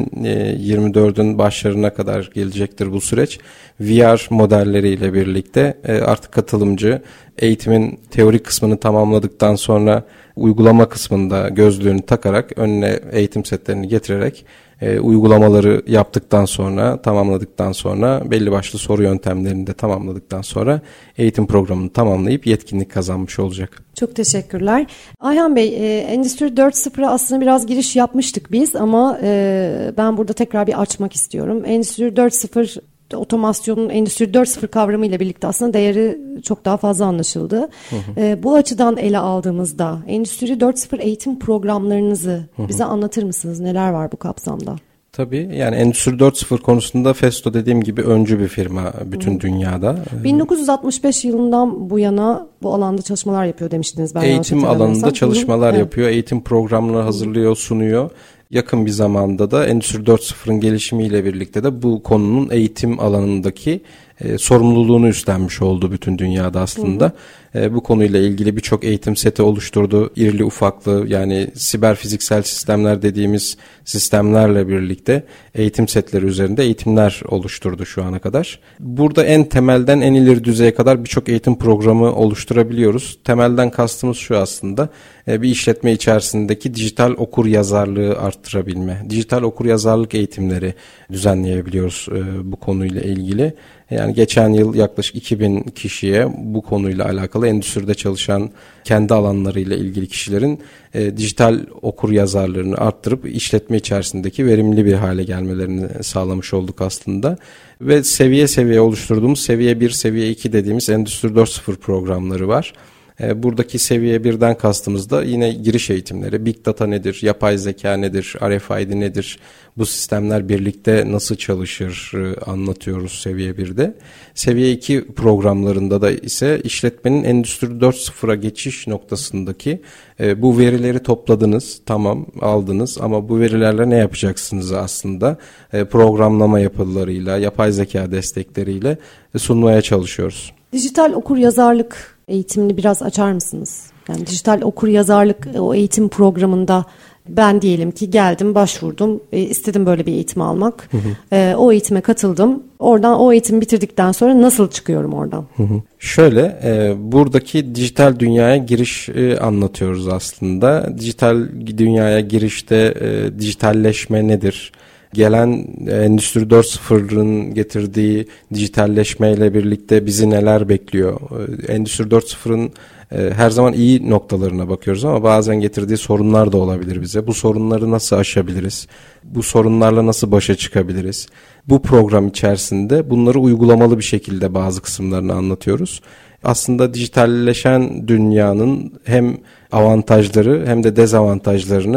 2024'ün başlarına kadar gelecektir bu süreç. VR modelleriyle birlikte artık katılımcı eğitimin teorik kısmını tamamladıktan sonra uygulama kısmında gözlüğünü takarak önüne eğitim setlerini getirerek uygulamaları yaptıktan sonra, tamamladıktan sonra belli başlı soru yöntemlerini de tamamladıktan sonra eğitim programını tamamlayıp yetkinlik kazanmış olacak. Çok teşekkürler. Ayhan Bey, Endüstri 4.0'a aslında biraz giriş yapmıştık biz ama ben burada tekrar bir açmak istiyorum. Endüstri 4.0 otomasyonun Endüstri 4.0 kavramı ile birlikte aslında değeri çok daha fazla anlaşıldı. Bu açıdan ele aldığımızda Endüstri 4.0 eğitim programlarınızı bize anlatır mısınız? Neler var bu kapsamda? Tabii yani Endüstri 4.0 konusunda Festo dediğim gibi öncü bir firma bütün dünyada. 1965 yılından bu yana bu alanda çalışmalar yapıyor demiştiniz. Ben eğitim alanında çalışmalar yapıyor. Eğitim programları hazırlıyor, sunuyor. Yakın bir zamanda da Endüstri 4.0'ın gelişimiyle birlikte de bu konunun eğitim alanındaki sorumluluğunu üstlenmiş oldu bütün dünyada aslında. Bu konuyla ilgili birçok eğitim seti oluşturdu. İrili ufaklı yani siber fiziksel sistemler dediğimiz sistemlerle birlikte eğitim setleri üzerinde eğitimler oluşturdu şu ana kadar. Burada en temelden en ileri düzeye kadar birçok eğitim programı oluşturabiliyoruz. Temelden kastımız şu aslında bir işletme içerisindeki dijital okur yazarlığı arttırabilme. Dijital okur yazarlık eğitimleri düzenleyebiliyoruz bu konuyla ilgili. Yani geçen yıl yaklaşık 2000 kişiye bu konuyla alakalı endüstride çalışan kendi alanlarıyla ilgili kişilerin dijital okur yazarlığını arttırıp işletme içerisindeki verimli bir hale gelmelerini sağlamış olduk aslında. Ve seviye seviye oluşturduğumuz seviye 1, seviye 2 dediğimiz Endüstri 4.0 programları var. Buradaki seviye 1'den kastımız da yine giriş eğitimleri. Big Data nedir? Yapay zeka nedir? RFID nedir? Bu sistemler birlikte nasıl çalışır anlatıyoruz seviye 1'de. Seviye 2 programlarında da ise işletmenin Endüstri 4.0'a geçiş noktasındaki bu verileri topladınız, tamam aldınız ama bu verilerle ne yapacaksınız aslında? Programlama yapılarıyla, yapay zeka destekleriyle sunmaya çalışıyoruz. Dijital okur yazarlık eğitimini biraz açar mısınız? Yani dijital okur yazarlık o eğitim programında ben diyelim ki geldim, başvurdum, istedim böyle bir eğitim almak. O eğitime katıldım. Oradan o eğitimi bitirdikten sonra nasıl çıkıyorum oradan? Şöyle, buradaki dijital dünyaya giriş anlatıyoruz aslında. Dijital dünyaya girişte dijitalleşme nedir? Gelen Endüstri 4.0'ın getirdiği dijitalleşmeyle birlikte bizi neler bekliyor? Endüstri 4.0'ın her zaman iyi noktalarına bakıyoruz ama bazen getirdiği sorunlar da olabilir bize. Bu sorunları nasıl aşabiliriz? Bu sorunlarla nasıl başa çıkabiliriz? Bu program içerisinde bunları uygulamalı bir şekilde bazı kısımlarını anlatıyoruz. Aslında dijitalleşen dünyanın hem avantajları hem de dezavantajlarını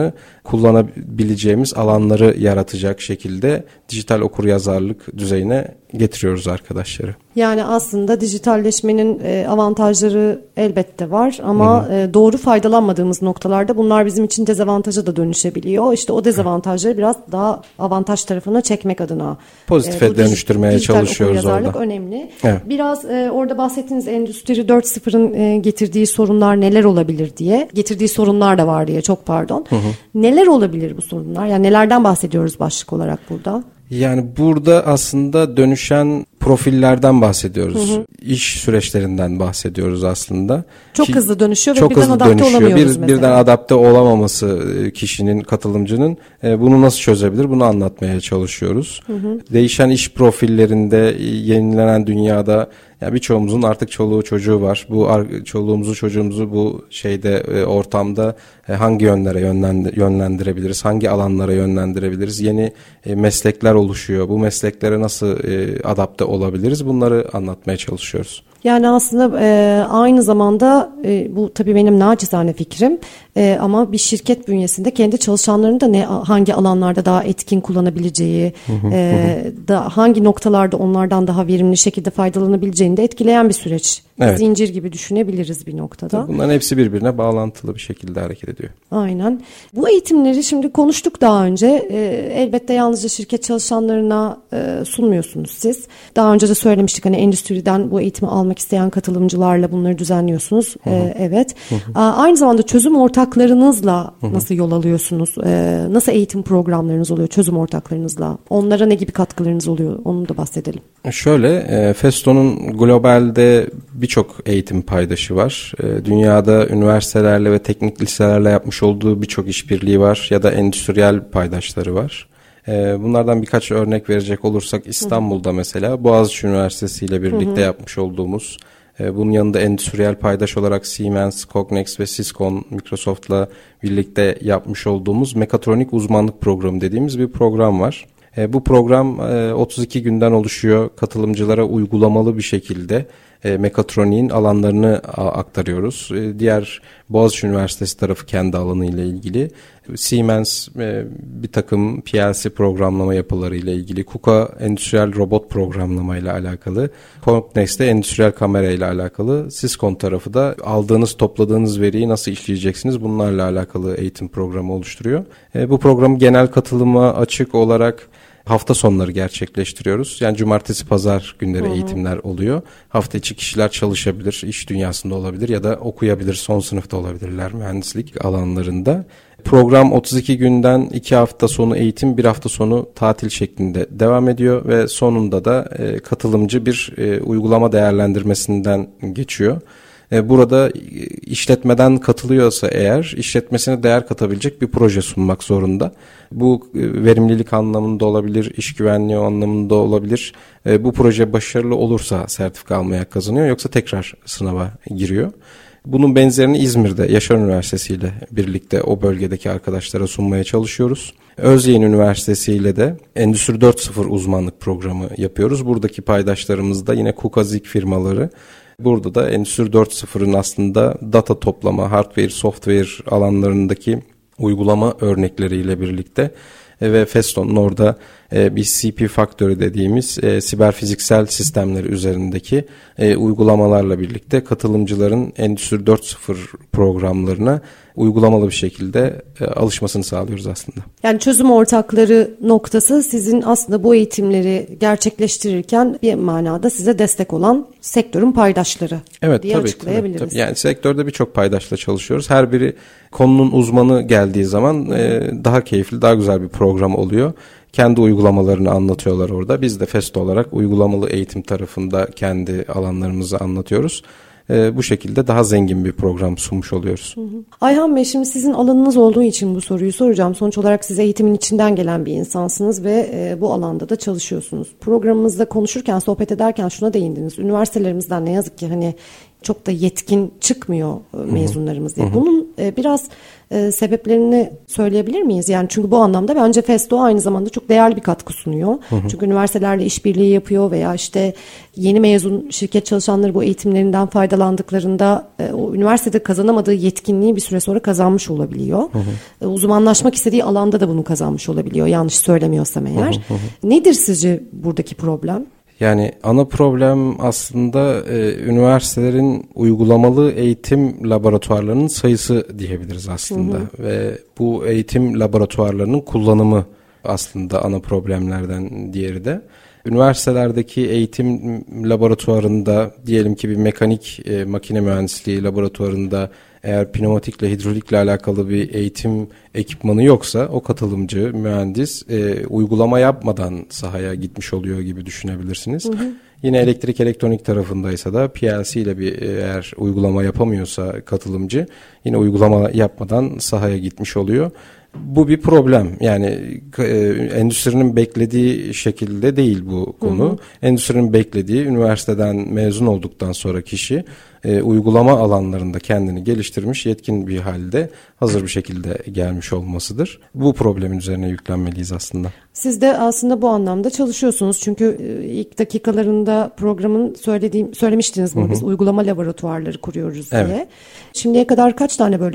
kullanabileceğimiz alanları yaratacak şekilde dijital okuryazarlık düzeyine getiriyoruz arkadaşları. Yani aslında dijitalleşmenin avantajları elbette var ama doğru faydalanmadığımız noktalarda bunlar bizim için dezavantaja da dönüşebiliyor. İşte o dezavantajları biraz daha avantaj tarafına çekmek adına pozitife dönüştürmeye çalışıyoruz orada. Önemli. Evet. Biraz orada bahsettiğiniz Endüstri 4.0'ın getirdiği sorunlar neler olabilir diye, getirdiği sorunlar da var diye, çok pardon. Neler olabilir bu sorunlar? Yani nelerden bahsediyoruz başlık olarak burada? Yani burada aslında dönüşen profillerden bahsediyoruz. İş süreçlerinden bahsediyoruz aslında. Çok hızlı dönüşüyor ve birden adapte olamıyoruz mesela. Birden adapte olamaması kişinin, katılımcının bunu nasıl çözebilir? Bunu anlatmaya çalışıyoruz. Değişen iş profillerinde, yenilenen dünyada ya birçoğumuzun artık çoluğu çocuğu var. Bu çoluğumuzu çocuğumuzu bu ortamda hangi yönlere yönlendirebiliriz? Hangi alanlara yönlendirebiliriz? Yeni meslekler oluşuyor. Bu mesleklere nasıl adapte olabiliriz? Bunları anlatmaya çalışıyoruz. Yani aslında aynı zamanda bu tabii benim naçizane fikrim ama bir şirket bünyesinde kendi çalışanlarını da hangi alanlarda daha etkin kullanabileceği, da hangi noktalarda onlardan daha verimli şekilde faydalanabileceğini de etkileyen bir süreç. Evet. Zincir gibi düşünebiliriz bir noktada. Tabii bunların hepsi birbirine bağlantılı bir şekilde hareket ediyor. Aynen. Bu eğitimleri şimdi konuştuk daha önce. Elbette yalnızca şirket çalışanlarına sunmuyorsunuz siz. Daha önce de söylemiştik, hani endüstriden bu eğitimi almak isteyen katılımcılarla bunları düzenliyorsunuz. Evet. Aynı zamanda çözüm ortaklarınızla nasıl yol alıyorsunuz? Nasıl eğitim programlarınız oluyor çözüm ortaklarınızla? Onlara ne gibi katkılarınız oluyor? Onu da bahsedelim. Şöyle, Festo'nun globalde birçok eğitim paydaşı var. Dünyada üniversitelerle ve teknik liselerle yapmış olduğu birçok işbirliği var ya da endüstriyel paydaşları var. Bunlardan birkaç örnek verecek olursak İstanbul'da mesela Boğaziçi Üniversitesi ile birlikte yapmış olduğumuz, bunun yanında endüstriyel paydaş olarak Siemens, Cognex ve Syscon, Microsoft'la birlikte yapmış olduğumuz mekatronik uzmanlık programı dediğimiz bir program var. Bu program 32 günden oluşuyor. Katılımcılara uygulamalı bir şekilde mekatroniğin alanlarını aktarıyoruz. Diğer Boğaziçi Üniversitesi tarafı kendi alanı ile ilgili. Siemens bir takım PLC programlama yapıları ile ilgili. KUKA endüstriyel robot programlama ile alakalı. Cognex'te endüstriyel kamera ile alakalı. Syscon tarafı da topladığınız veriyi nasıl işleyeceksiniz? Bunlarla alakalı eğitim programı oluşturuyor. Bu programı genel katılıma açık olarak hafta sonları gerçekleştiriyoruz. Yani cumartesi, pazar günleri eğitimler oluyor. Hafta içi kişiler çalışabilir, iş dünyasında olabilir ya da okuyabilir, son sınıfta olabilirler mühendislik alanlarında. Program 32 günden 2 hafta sonu eğitim, 1 hafta sonu tatil şeklinde devam ediyor ve sonunda da katılımcı bir uygulama değerlendirmesinden geçiyor. Burada işletmeden katılıyorsa eğer işletmesine değer katabilecek bir proje sunmak zorunda. Bu verimlilik anlamında olabilir, iş güvenliği anlamında olabilir. Bu proje başarılı olursa sertifika almaya hak kazanıyor, yoksa tekrar sınava giriyor. Bunun benzerini İzmir'de Yaşar Üniversitesi ile birlikte o bölgedeki arkadaşlara sunmaya çalışıyoruz. Özyeğin Üniversitesi ile de Endüstri 4.0 uzmanlık programı yapıyoruz. Buradaki paydaşlarımız da yine KUKA ZİK firmaları. Burada da Endüstri 4.0'ın aslında data toplama, hardware, software alanlarındaki uygulama örnekleriyle birlikte ve Festo'nun orada bir CP faktörü dediğimiz siber fiziksel sistemleri üzerindeki uygulamalarla birlikte katılımcıların Endüstri 4.0 programlarına uygulamalı bir şekilde alışmasını sağlıyoruz aslında. Yani çözüm ortakları noktası sizin aslında bu eğitimleri gerçekleştirirken bir manada size destek olan sektörün paydaşları diye açıklayabiliriz. Tabii. Yani sektörde birçok paydaşla çalışıyoruz. Her biri konunun uzmanı geldiği zaman daha keyifli, daha güzel bir program oluyor. Kendi uygulamalarını anlatıyorlar orada. Biz de Festo olarak uygulamalı eğitim tarafında kendi alanlarımızı anlatıyoruz. Bu şekilde daha zengin bir program sunmuş oluyoruz. Ayhan Bey, şimdi sizin alanınız olduğu için bu soruyu soracağım. Sonuç olarak siz eğitimin içinden gelen bir insansınız ve bu alanda da çalışıyorsunuz. Programımızda konuşurken, sohbet ederken şuna değindiniz. Üniversitelerimizden ne yazık ki çok da yetkin çıkmıyor mezunlarımız diye. Bunun biraz sebeplerini söyleyebilir miyiz? Yani çünkü bu anlamda bence Festo aynı zamanda çok değerli bir katkı sunuyor. Çünkü üniversitelerle işbirliği yapıyor veya işte yeni mezun şirket çalışanları bu eğitimlerinden faydalandıklarında o üniversitede kazanamadığı yetkinliği bir süre sonra kazanmış olabiliyor. Uzmanlaşmak istediği alanda da bunu kazanmış olabiliyor. Yanlış söylemiyorsam eğer. Nedir sizce buradaki problem? Yani ana problem aslında üniversitelerin uygulamalı eğitim laboratuvarlarının sayısı diyebiliriz aslında. Ve bu eğitim laboratuvarlarının kullanımı aslında ana problemlerden diğeri de. Üniversitelerdeki eğitim laboratuvarında diyelim ki bir mekanik makine mühendisliği laboratuvarında eğer pneumatikle, hidrolikle alakalı bir eğitim ekipmanı yoksa o katılımcı, mühendis uygulama yapmadan sahaya gitmiş oluyor gibi düşünebilirsiniz. Yine elektrik elektronik tarafındaysa da PLC ile bir eğer uygulama yapamıyorsa katılımcı yine uygulama yapmadan sahaya gitmiş oluyor. Bu bir problem. Yani endüstrinin beklediği şekilde değil bu konu. Endüstrinin beklediği üniversiteden mezun olduktan sonra kişi uygulama alanlarında kendini geliştirmiş, yetkin bir halde hazır bir şekilde gelmiş olmasıdır. Bu problemin üzerine yüklenmeliyiz aslında. Siz de aslında bu anlamda çalışıyorsunuz. Çünkü ilk dakikalarında programın söylemiştiniz bunu. Biz uygulama laboratuvarları kuruyoruz diye. Evet. Şimdiye kadar kaç tane böyle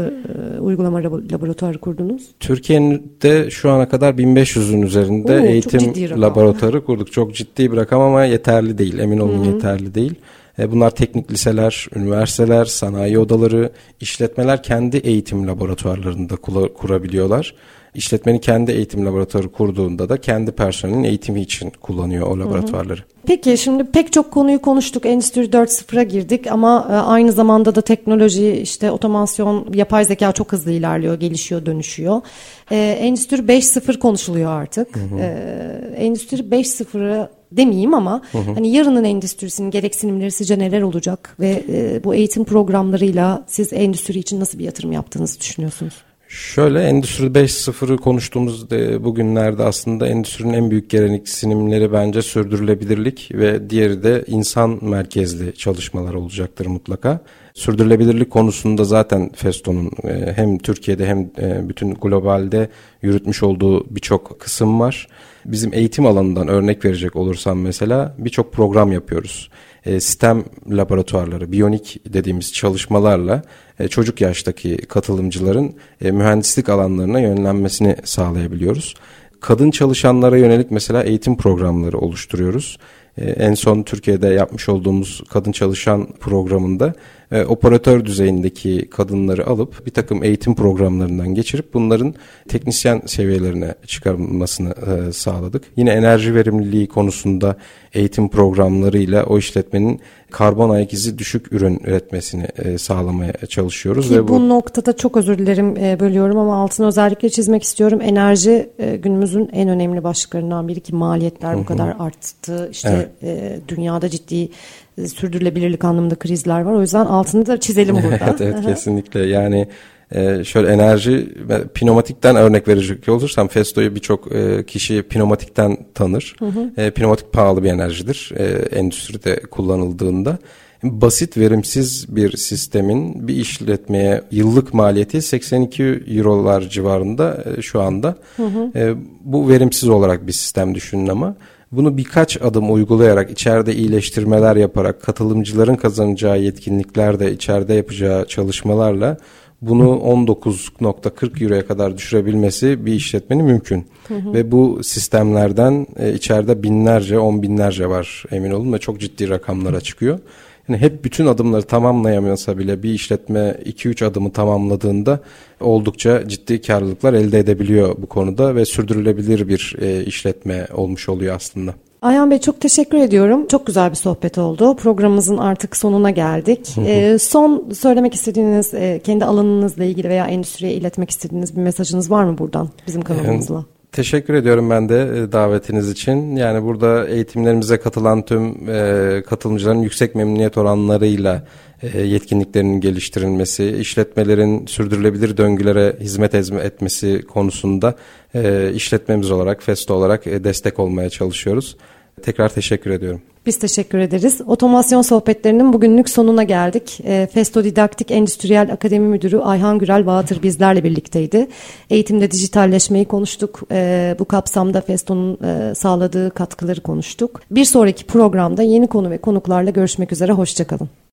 uygulama laboratuvarı kurdunuz? Türkiye'de şu ana kadar 1500'ün üzerinde eğitim laboratuvarı kurduk. Çok ciddi bir rakam ama yeterli değil. Emin olun yeterli değil. Bunlar teknik liseler, üniversiteler, sanayi odaları, işletmeler kendi eğitim laboratuvarlarında kurabiliyorlar. İşletmenin kendi eğitim laboratuvarı kurduğunda da kendi personelinin eğitimi için kullanıyor o laboratuvarları. Peki şimdi pek çok konuyu konuştuk. Endüstri 4.0'a girdik ama aynı zamanda da teknoloji, işte otomasyon, yapay zeka çok hızlı ilerliyor, gelişiyor, dönüşüyor. Endüstri 5.0 konuşuluyor artık. Endüstri 5.0'ı demeyeyim ama hani yarının endüstrisinin gereksinimleri sizce neler olacak ve bu eğitim programlarıyla siz endüstri için nasıl bir yatırım yaptığınızı düşünüyorsunuz? Şöyle, Endüstri 5.0'ı konuştuğumuz bugünlerde aslında endüstrinin en büyük gereksinimleri bence sürdürülebilirlik ve diğeri de insan merkezli çalışmalar olacaktır mutlaka. Sürdürülebilirlik konusunda zaten Festo'nun hem Türkiye'de hem bütün globalde yürütmüş olduğu birçok kısım var. Bizim eğitim alanından örnek verecek olursam mesela birçok program yapıyoruz. Sistem laboratuvarları, biyonik dediğimiz çalışmalarla çocuk yaştaki katılımcıların mühendislik alanlarına yönlenmesini sağlayabiliyoruz. Kadın çalışanlara yönelik mesela eğitim programları oluşturuyoruz. En son Türkiye'de yapmış olduğumuz kadın çalışan programında operatör düzeyindeki kadınları alıp bir takım eğitim programlarından geçirip bunların teknisyen seviyelerine çıkarılmasını sağladık. Yine enerji verimliliği konusunda eğitim programlarıyla o işletmenin karbon ayak izi düşük ürün üretmesini sağlamaya çalışıyoruz. Ki bu noktada çok özür dilerim bölüyorum ama altını özellikle çizmek istiyorum. Enerji günümüzün en önemli başlıklarından biri ki maliyetler bu kadar arttı. İşte dünyada ciddi sürdürülebilirlik anlamında krizler var. O yüzden altını da çizelim burada. Evet kesinlikle. Yani şöyle enerji, pneumatikten örnek verecek olursam Festo'yu birçok kişi pneumatikten tanır. Pneumatik pahalı bir enerjidir endüstride kullanıldığında. Basit verimsiz bir sistemin bir işletmeye yıllık maliyeti 82 eurolar civarında şu anda. Bu verimsiz olarak bir sistem düşünün ama bunu birkaç adım uygulayarak, içeride iyileştirmeler yaparak, katılımcıların kazanacağı yetkinlikler de içeride yapacağı çalışmalarla bunu 19.40 euroya kadar düşürebilmesi bir işletmenin mümkün. Ve bu sistemlerden içeride binlerce, 10 binlerce var emin olun ve çok ciddi rakamlara çıkıyor. Yani hep bütün adımları tamamlayamasa bile bir işletme 2-3 adımı tamamladığında oldukça ciddi karlılıklar elde edebiliyor bu konuda ve sürdürülebilir bir işletme olmuş oluyor aslında. Ayhan Bey çok teşekkür ediyorum. Çok güzel bir sohbet oldu. Programımızın artık sonuna geldik. Son söylemek istediğiniz, kendi alanınızla ilgili veya endüstriye iletmek istediğiniz bir mesajınız var mı buradan bizim kanalımızla? Teşekkür ediyorum ben de davetiniz için. Yani burada eğitimlerimize katılan tüm katılımcıların yüksek memnuniyet oranlarıyla yetkinliklerinin geliştirilmesi, işletmelerin sürdürülebilir döngülere hizmet etmesi konusunda işletmemiz olarak, Festo olarak destek olmaya çalışıyoruz. Tekrar teşekkür ediyorum. Biz teşekkür ederiz. Otomasyon sohbetlerinin bugünlük sonuna geldik. Festo Didaktik Endüstriyel Akademi Müdürü Ayhan Gürel Bahatır bizlerle birlikteydi. Eğitimde dijitalleşmeyi konuştuk. Bu kapsamda Festo'nun sağladığı katkıları konuştuk. Bir sonraki programda yeni konu ve konuklarla görüşmek üzere. Hoşçakalın.